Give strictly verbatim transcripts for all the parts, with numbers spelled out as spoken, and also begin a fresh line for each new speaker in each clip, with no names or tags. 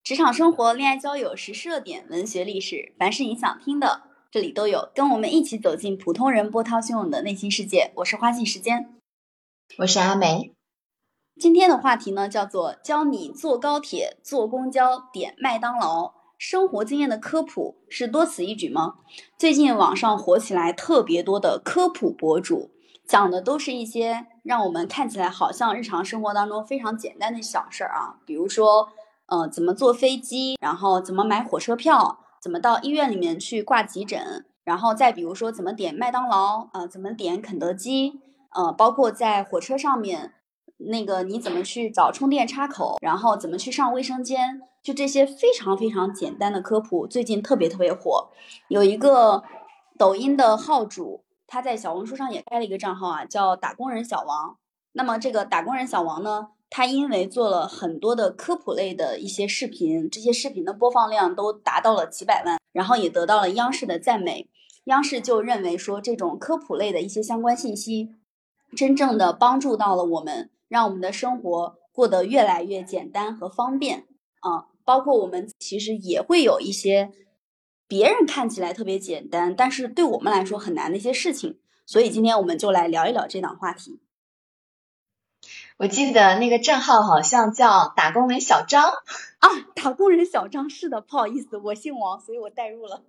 职场生活、恋爱交友、时事热点、文学历史，凡是你想听的，这里都有。跟我们一起走进普通人波涛汹涌的内心世界。我是花信时间，
我是阿梅。
今天的话题呢，叫做教你坐高铁、坐公交、点麦当劳。生活经验的科普是多此一举吗？最近网上火起来特别多的科普博主，讲的都是一些让我们看起来好像日常生活当中非常简单的小事儿啊，比如说呃，怎么坐飞机，然后怎么买火车票，怎么到医院里面去挂急诊，然后再比如说怎么点麦当劳，呃，怎么点肯德基，呃，包括在火车上面，那个你怎么去找充电插口，然后怎么去上卫生间，就这些非常非常简单的科普，最近特别特别火。有一个抖音的号主，他在小红书上也开了一个账号啊，叫打工人小王。那么这个打工人小王呢，他因为做了很多的科普类的一些视频，这些视频的播放量都达到了几百万，然后也得到了央视的赞美。央视就认为说，这种科普类的一些相关信息，真正的帮助到了我们，让我们的生活过得越来越简单和方便啊。包括我们其实也会有一些别人看起来特别简单，但是对我们来说很难的一些事情。所以今天我们就来聊一聊这档话题。
我记得那个账号好像叫打工人小张
啊，打工人小张，是的，不好意思，我姓王，所以我代入了。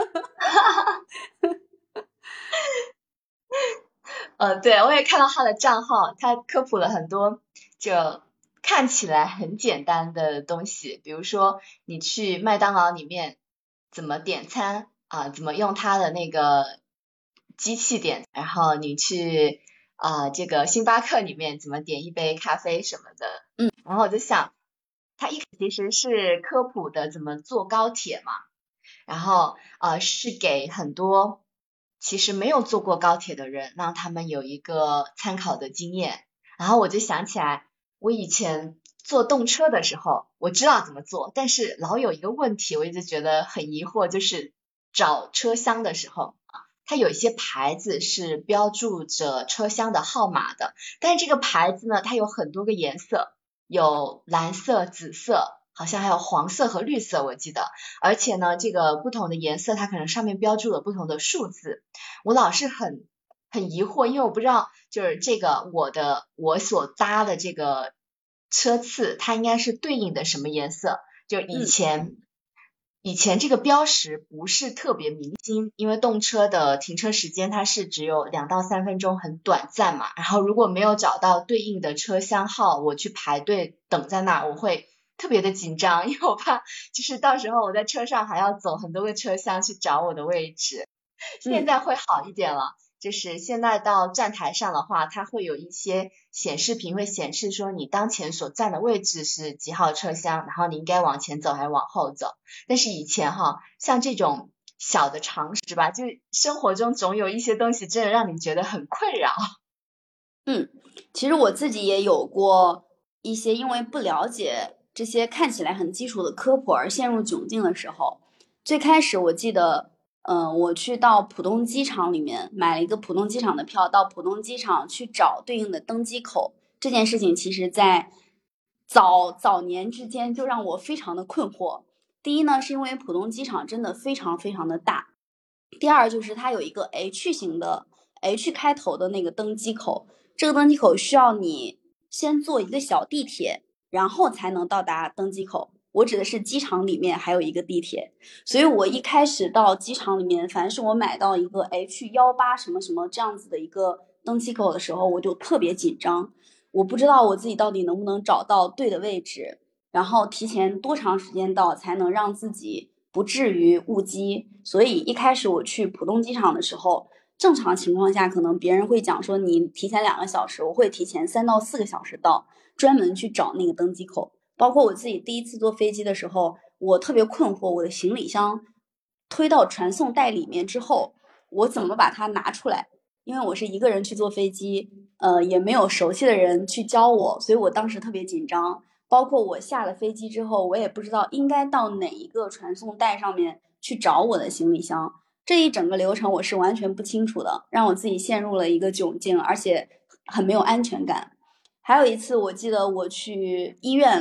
呃，对，我也看到他的账号，他科普了很多就看起来很简单的东西，比如说你去麦当劳里面怎么点餐啊、呃，怎么用他的那个机器点，然后你去啊、呃、这个星巴克里面怎么点一杯咖啡什么的，
嗯，
然后我就想，他一其实是科普的怎么坐高铁嘛，然后呃是给很多其实没有坐过高铁的人，让他们有一个参考的经验。然后我就想起来，我以前坐动车的时候，我知道怎么坐，但是老有一个问题，我一直觉得很疑惑，就是找车厢的时候啊，它有一些牌子是标注着车厢的号码的，但是这个牌子呢，它有很多个颜色，有蓝色、紫色，好像还有黄色和绿色，我记得。而且呢，这个不同的颜色，它可能上面标注了不同的数字。我老是很很疑惑，因为我不知道，就是这个我的我所搭的这个车次，它应该是对应的什么颜色？就以前、嗯、以前这个标识不是特别明晰，因为动车的停车时间它是只有两到三分钟，很短暂嘛。然后如果没有找到对应的车厢号，我去排队等在那儿，我会特别的紧张，因为我怕就是到时候我在车上还要走很多个车厢去找我的位置。现在会好一点了、嗯、就是现在到站台上的话，它会有一些显示屏会显示说你当前所站的位置是几号车厢，然后你应该往前走还是往后走。但是以前哈，像这种小的常识吧，就生活中总有一些东西真的让你觉得很困扰。
嗯，其实我自己也有过一些因为不了解这些看起来很基础的科普而陷入窘境的时候。最开始我记得嗯、呃，我去到浦东机场里面买了一个浦东机场的票，到浦东机场去找对应的登机口。这件事情其实在早早年之间就让我非常的困惑。第一呢，是因为浦东机场真的非常非常的大。第二就是它有一个 H 型的 H 开头的那个登机口，这个登机口需要你先坐一个小地铁，然后才能到达登机口。我指的是机场里面还有一个地铁，所以我一开始到机场里面，凡是我买到一个 H 一八 什么什么这样子的一个登机口的时候，我就特别紧张，我不知道我自己到底能不能找到对的位置，然后提前多长时间到才能让自己不至于误机。所以一开始我去浦东机场的时候，正常情况下可能别人会讲说你提前两个小时，我会提前三到四个小时到，专门去找那个登机口。包括我自己第一次坐飞机的时候，我特别困惑，我的行李箱推到传送带里面之后，我怎么把它拿出来？因为我是一个人去坐飞机，呃，也没有熟悉的人去教我，所以我当时特别紧张。包括我下了飞机之后，我也不知道应该到哪一个传送带上面去找我的行李箱，这一整个流程我是完全不清楚的，让我自己陷入了一个窘境，而且很没有安全感。还有一次我记得我去医院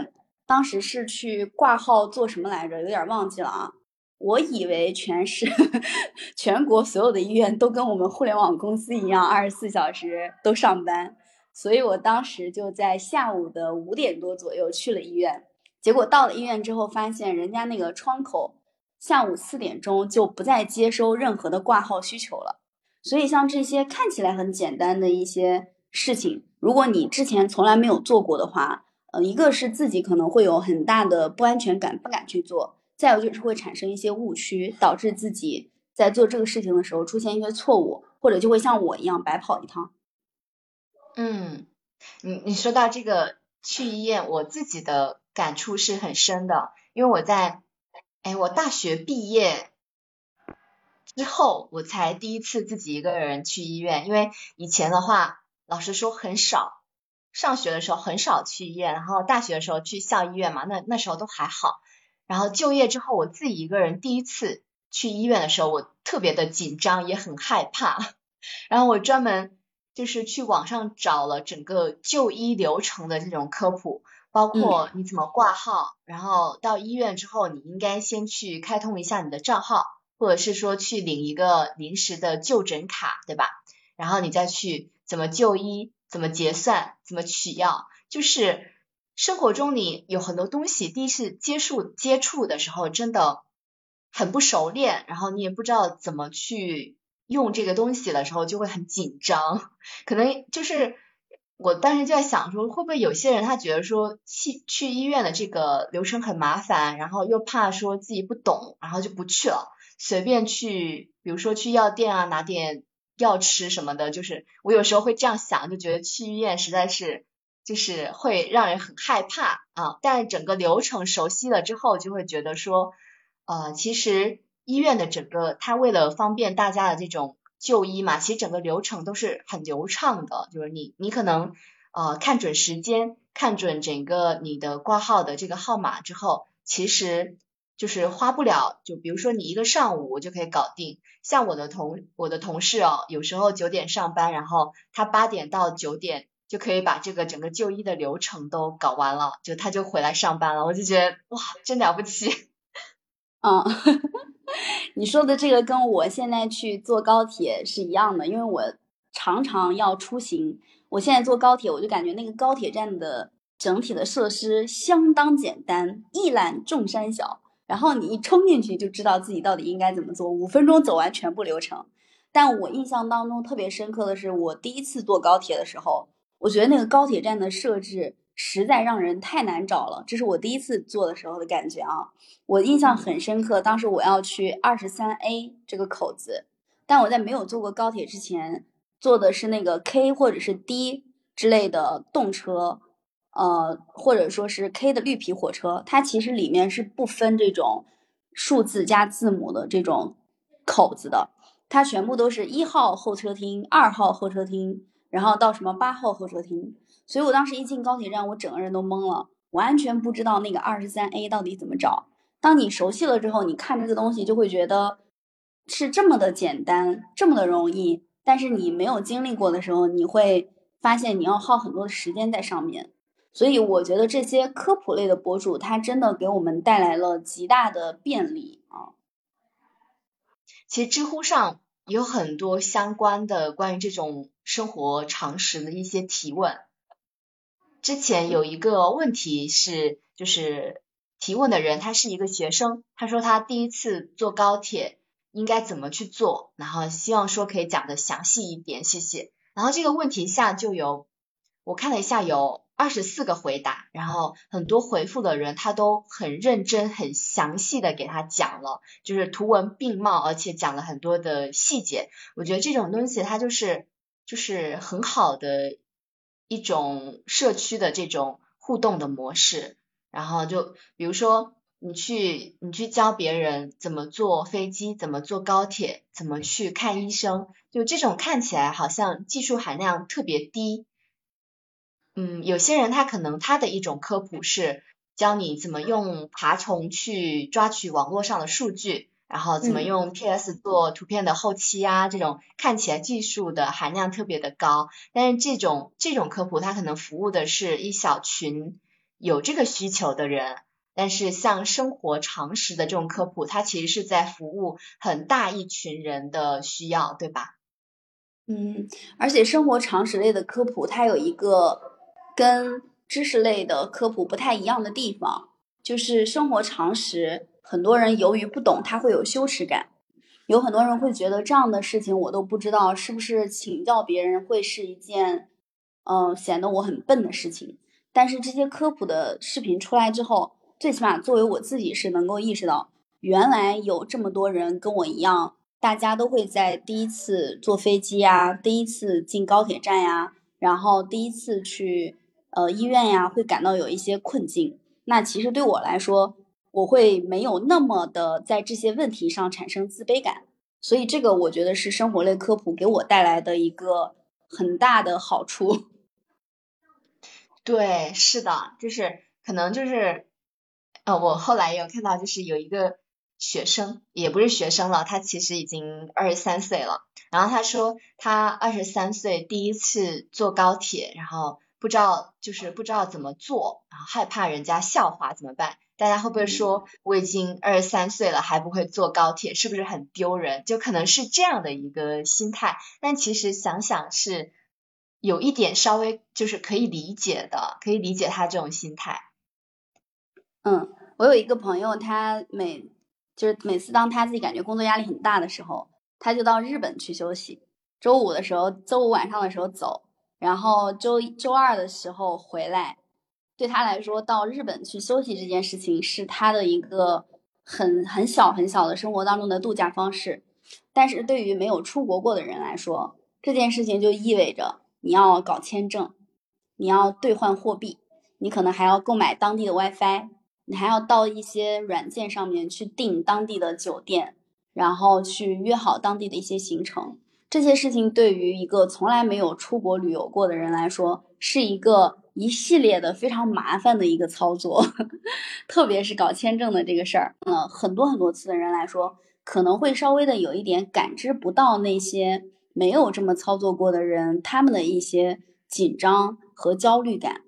当时是去挂号做什么来着，有点忘记了啊。我以为全是全国所有的医院都跟我们互联网公司一样，二十四小时都上班，所以我当时就在下午的五点多左右去了医院。结果到了医院之后，发现人家那个窗口下午四点钟就不再接收任何的挂号需求了。所以像这些看起来很简单的一些事情，如果你之前从来没有做过的话，呃，一个是自己可能会有很大的不安全感，不敢去做；再有就是会产生一些误区，导致自己在做这个事情的时候出现一些错误，或者就会像我一样白跑一趟。
嗯，你你说到这个去医院，我自己的感触是很深的，因为我在，哎，我大学毕业之后，我才第一次自己一个人去医院，因为以前的话，老实说很少，上学的时候很少去医院，然后大学的时候去校医院嘛，那那时候都还好，然后就业之后，我自己一个人第一次去医院的时候，我特别的紧张，也很害怕，然后我专门就是去网上找了整个就医流程的这种科普，包括你怎么挂号，然后到医院之后，你应该先去开通一下你的账号，或者是说去领一个临时的就诊卡，对吧？然后你再去怎么就医，怎么结算，怎么取药，就是生活中你有很多东西，第一次接触接触的时候真的很不熟练，然后你也不知道怎么去用这个东西的时候就会很紧张，可能就是我当时就在想说，会不会有些人他觉得说去去医院的这个流程很麻烦，然后又怕说自己不懂，然后就不去了，随便去，比如说去药店啊拿点药吃什么的，就是我有时候会这样想，就觉得去医院实在是就是会让人很害怕啊，但是整个流程熟悉了之后，就会觉得说，呃，其实医院的整个它为了方便大家的这种就医嘛，其实整个流程都是很流畅的，就是你你可能呃看准时间，看准整个你的挂号的这个号码之后，其实就是花不了，就比如说你一个上午就可以搞定。像我的同我的同事哦，有时候九点上班，然后他八点到九点就可以把这个整个就医的流程都搞完了，就他就回来上班了，我就觉得哇，真了不起。
嗯，你说的这个跟我现在去坐高铁是一样的，因为我常常要出行。我现在坐高铁，我就感觉那个高铁站的整体的设施相当简单，一览众山小。然后你一冲进去就知道自己到底应该怎么做，五分钟走完全部流程。但我印象当中特别深刻的是，我第一次坐高铁的时候，我觉得那个高铁站的设置实在让人太难找了，这是我第一次坐的时候的感觉啊。我印象很深刻，当时我要去二十三 A 这个口子，但我在没有坐过高铁之前，坐的是那个 K 或者是 D 之类的动车，呃，或者说是 K 的绿皮火车，它其实里面是不分这种数字加字母的这种口子的，它全部都是一号候车厅、二号候车厅，然后到什么八号候车厅。所以我当时一进高铁站，我整个人都懵了，完全不知道那个二十三 A 到底怎么找。当你熟悉了之后，你看这个东西就会觉得是这么的简单，这么的容易。但是你没有经历过的时候，你会发现你要耗很多的时间在上面。所以我觉得这些科普类的博主，他真的给我们带来了极大的便利啊。
其实知乎上有很多相关的关于这种生活常识的一些提问。之前有一个问题是，就是提问的人他是一个学生，他说他第一次坐高铁应该怎么去做，然后希望说可以讲的详细一点，谢谢。然后这个问题下就有，我看了一下有二十四个回答，然后很多回复的人他都很认真很详细的给他讲了，就是图文并茂，而且讲了很多的细节。我觉得这种东西它就是就是很好的一种社区的这种互动的模式。然后就比如说你去你去教别人怎么坐飞机，怎么坐高铁，怎么去看医生，就这种看起来好像技术含量特别低。嗯，有些人他可能他的一种科普是教你怎么用爬虫去抓取网络上的数据，然后怎么用 P S 做图片的后期啊，这种看起来技术的含量特别的高，但是这种这种科普它可能服务的是一小群有这个需求的人。但是像生活常识的这种科普，它其实是在服务很大一群人的需要，对吧？
嗯，而且生活常识类的科普，它有一个跟知识类的科普不太一样的地方，就是生活常识，很多人由于不懂，他会有羞耻感，有很多人会觉得这样的事情我都不知道，是不是请教别人会是一件，嗯、呃，显得我很笨的事情。但是这些科普的视频出来之后，最起码作为我自己是能够意识到，原来有这么多人跟我一样，大家都会在第一次坐飞机呀，第一次进高铁站呀，然后第一次去呃医院呀，会感到有一些困境。那其实对我来说，我会没有那么的在这些问题上产生自卑感。所以这个我觉得是生活类科普给我带来的一个很大的好处。
对，是的，就是可能就是呃，我后来也有看到，就是有一个学生，也不是学生了，他其实已经二十三岁了。然后他说，他二十三岁第一次坐高铁，然后不知道就是不知道怎么坐，然后害怕人家笑话怎么办？大家会不会说我已经二十三岁了还不会坐高铁，是不是很丢人？就可能是这样的一个心态。但其实想想是有一点稍微就是可以理解的，可以理解他这种心态。
嗯，我有一个朋友，他每就是每次当他自己感觉工作压力很大的时候，他就到日本去休息。周五的时候，周五晚上的时候走，然后周周二的时候回来。对他来说，到日本去休息这件事情是他的一个很很小很小的生活当中的度假方式。但是对于没有出国过的人来说，这件事情就意味着你要搞签证，你要兑换货币，你可能还要购买当地的 WiFi，你还要到一些软件上面去订当地的酒店，然后去约好当地的一些行程。这些事情对于一个从来没有出国旅游过的人来说，是一个一系列的非常麻烦的一个操作。特别是搞签证的这个事儿，嗯、呃，很多很多次的人来说，可能会稍微的有一点感知不到那些没有这么操作过的人，他们的一些紧张和焦虑感。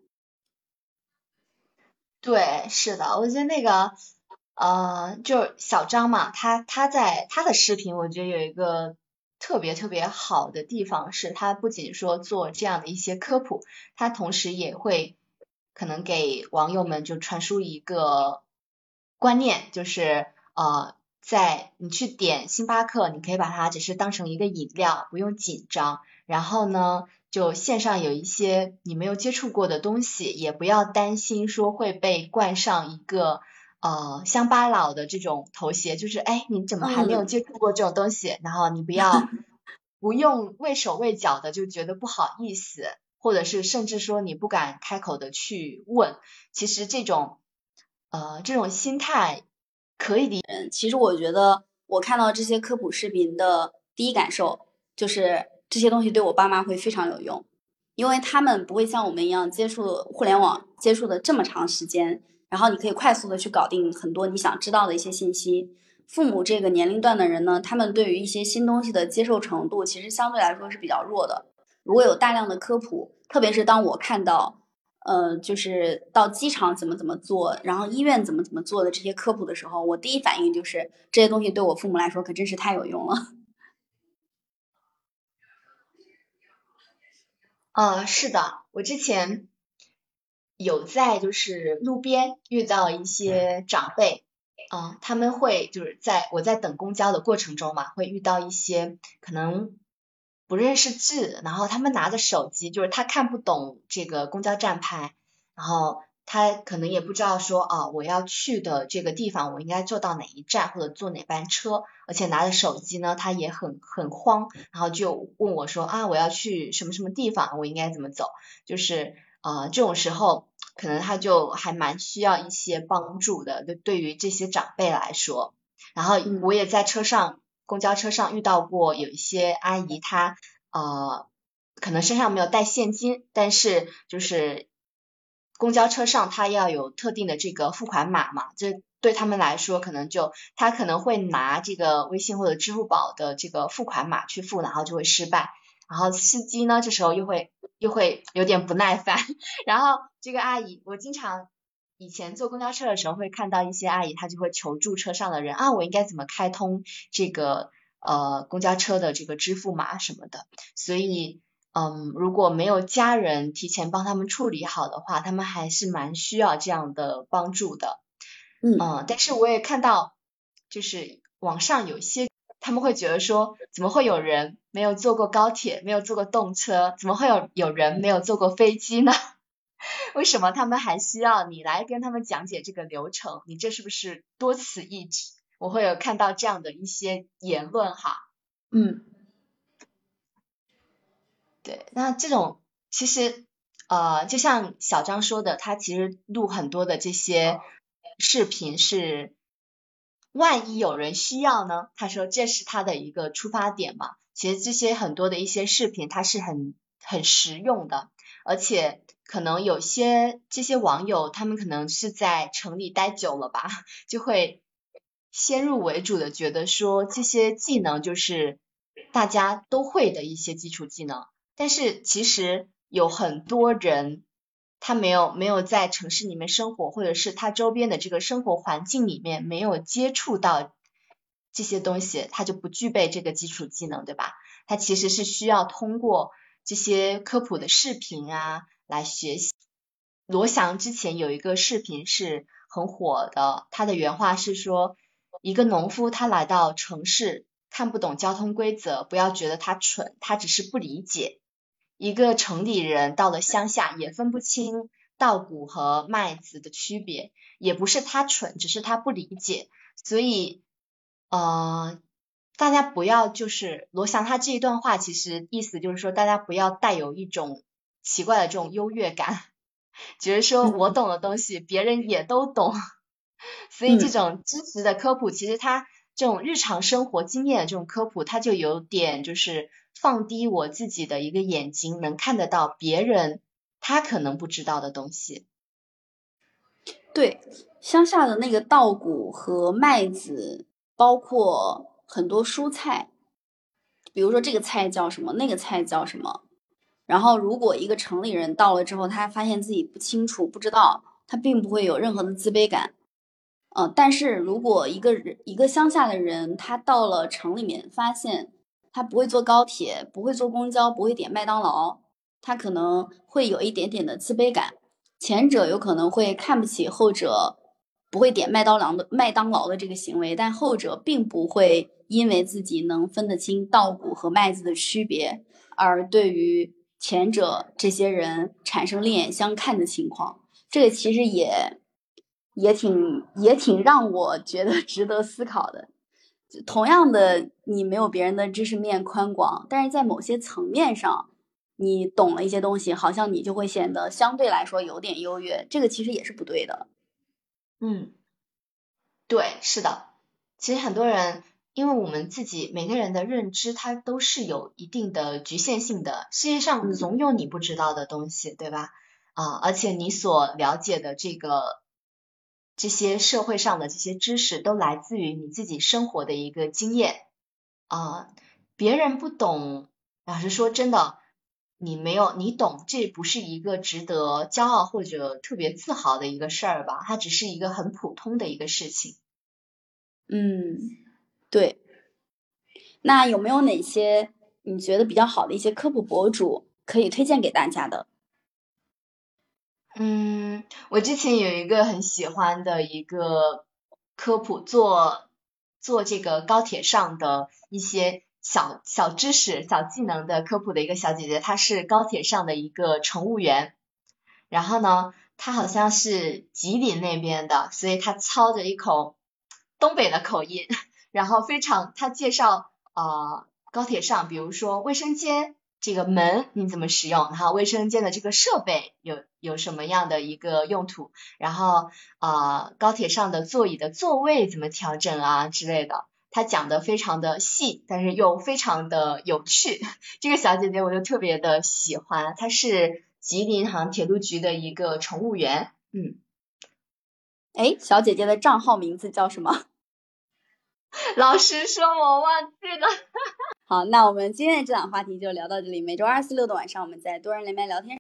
对，是的，我觉得那个，呃，就是小张嘛，他他在他的视频，我觉得有一个特别特别好的地方是，他不仅说做这样的一些科普，他同时也会可能给网友们就传输一个观念，就是呃，在你去点星巴克，你可以把它只是当成一个饮料，不用紧张。然后呢，就线上有一些你没有接触过的东西，也不要担心说会被冠上一个呃乡巴佬的这种头衔，就是哎你怎么还没有
嗯，
接触过这种东西？然后你不要不用畏手畏脚的就觉得不好意思，或者是甚至说你不敢开口的去问，其实这种呃这种心态可以理。
其实我觉得我看到这些科普视频的第一感受就是这些东西对我爸妈会非常有用，因为他们不会像我们一样接触互联网接触的这么长时间，然后你可以快速的去搞定很多你想知道的一些信息。父母这个年龄段的人呢，他们对于一些新东西的接受程度其实相对来说是比较弱的。如果有大量的科普，特别是当我看到呃，就是到机场怎么怎么做，然后医院怎么怎么做的这些科普的时候，我第一反应就是这些东西对我父母来说可真是太有用了。
呃，是的，我之前有在就是路边遇到一些长辈，啊、他们会就是在我在等公交的过程中嘛，会遇到一些可能不认识字，然后他们拿着手机，就是他看不懂这个公交站牌，然后他可能也不知道说啊，我要去的这个地方我应该坐到哪一站或者坐哪班车，而且拿着手机呢，他也很很慌，然后就问我说啊，我要去什么什么地方，我应该怎么走？就是呃这种时候。可能他就还蛮需要一些帮助的，就对于这些长辈来说。然后我
嗯
也在车上，公交车上遇到过有一些阿姨，她呃可能身上没有带现金，但是就是公交车上她要有特定的这个付款码嘛，这对他们来说可能就他可能会拿这个微信或者支付宝的这个付款码去付，然后就会失败。然后司机呢，这时候又会又会有点不耐烦，然后这个阿姨，我经常以前坐公交车的时候会看到一些阿姨，她就会求助车上的人啊，我应该怎么开通这个呃公交车的这个支付码什么的。所以嗯，如果没有家人提前帮他们处理好的话，他们还是蛮需要这样的帮助的。
嗯
嗯，但是我也看到，就是网上有一些他们会觉得说，怎么会有人没有坐过高铁，没有坐过动车，怎么会有有人没有坐过飞机呢？为什么他们还需要你来跟他们讲解这个流程？你这是不是多此一举？我会有看到这样的一些言论哈。
嗯，
对，那这种其实呃，就像小张说的，他其实录很多的这些视频是，万一有人需要呢？他说这是他的一个出发点嘛。其实这些很多的一些视频，它是很很实用的，而且可能有些这些网友，他们可能是在城里待久了吧，就会先入为主的觉得说这些技能就是大家都会的一些基础技能。但是其实有很多人，他没有没有在城市里面生活，或者是他周边的这个生活环境里面没有接触到这些东西，他就不具备这个基础技能，对吧？他其实是需要通过这些科普的视频啊来学习。罗翔之前有一个视频是很火的，他的原话是说，一个农夫他来到城市，看不懂交通规则，不要觉得他蠢，他只是不理解。一个城里人到了乡下也分不清稻谷和麦子的区别，也不是他蠢，只是他不理解。所以呃，大家不要就是罗翔他这一段话，其实意思就是说，大家不要带有一种奇怪的这种优越感，觉得说我懂的东西别人也都懂。所以这种知识的科普，其实它这种日常生活经验的这种科普，它就有点就是放低我自己的一个眼睛，能看得到别人他可能不知道的东西。
对，乡下的那个稻谷和麦子，包括很多蔬菜，比如说这个菜叫什么，那个菜叫什么。然后，如果一个城里人到了之后，他发现自己不清楚、不知道，他并不会有任何的自卑感。呃，但是如果一个人一个乡下的人，他到了城里面，发现他不会坐高铁，不会坐公交，不会点麦当劳，他可能会有一点点的自卑感。前者有可能会看不起后者不会点麦当劳的麦当劳的这个行为，但后者并不会因为自己能分得清稻谷和麦子的区别，而对于前者这些人产生另眼相看的情况。这个其实也也挺也挺让我觉得值得思考的。同样的，你没有别人的知识面宽广，但是在某些层面上，你懂了一些东西，好像你就会显得相对来说有点优越，这个其实也是不对的。
嗯，对，是的。其实很多人，因为我们自己每个人的认知，它都是有一定的局限性的。世界上总有你不知道的东西，对吧？啊，而且你所了解的这个这些社会上的这些知识，都来自于你自己生活的一个经验啊。别人不懂，老实说，真的，你没有你懂，这不是一个值得骄傲或者特别自豪的一个事儿吧？它只是一个很普通的一个事情。
嗯，对。那有没有哪些你觉得比较好的一些科普博主可以推荐给大家的？
嗯，我之前有一个很喜欢的一个科普，做做这个高铁上的一些小小知识、小技能的科普的一个小姐姐，她是高铁上的一个乘务员。然后呢，她好像是吉林那边的，所以她操着一口东北的口音，然后非常，她介绍呃高铁上，比如说卫生间这个门你怎么使用，然后卫生间的这个设备有有什么样的一个用途，然后呃高铁上的座椅的座位怎么调整啊之类的。她讲的非常的细，但是又非常的有趣。这个小姐姐我就特别的喜欢，她是吉林好像铁路局的一个乘务员。嗯，
哎，小姐姐的账号名字叫什么？
老实说我忘记了。
好，那我们今天的这档话题就聊到这里。每周二、四、六的晚上，我们在多人连麦聊天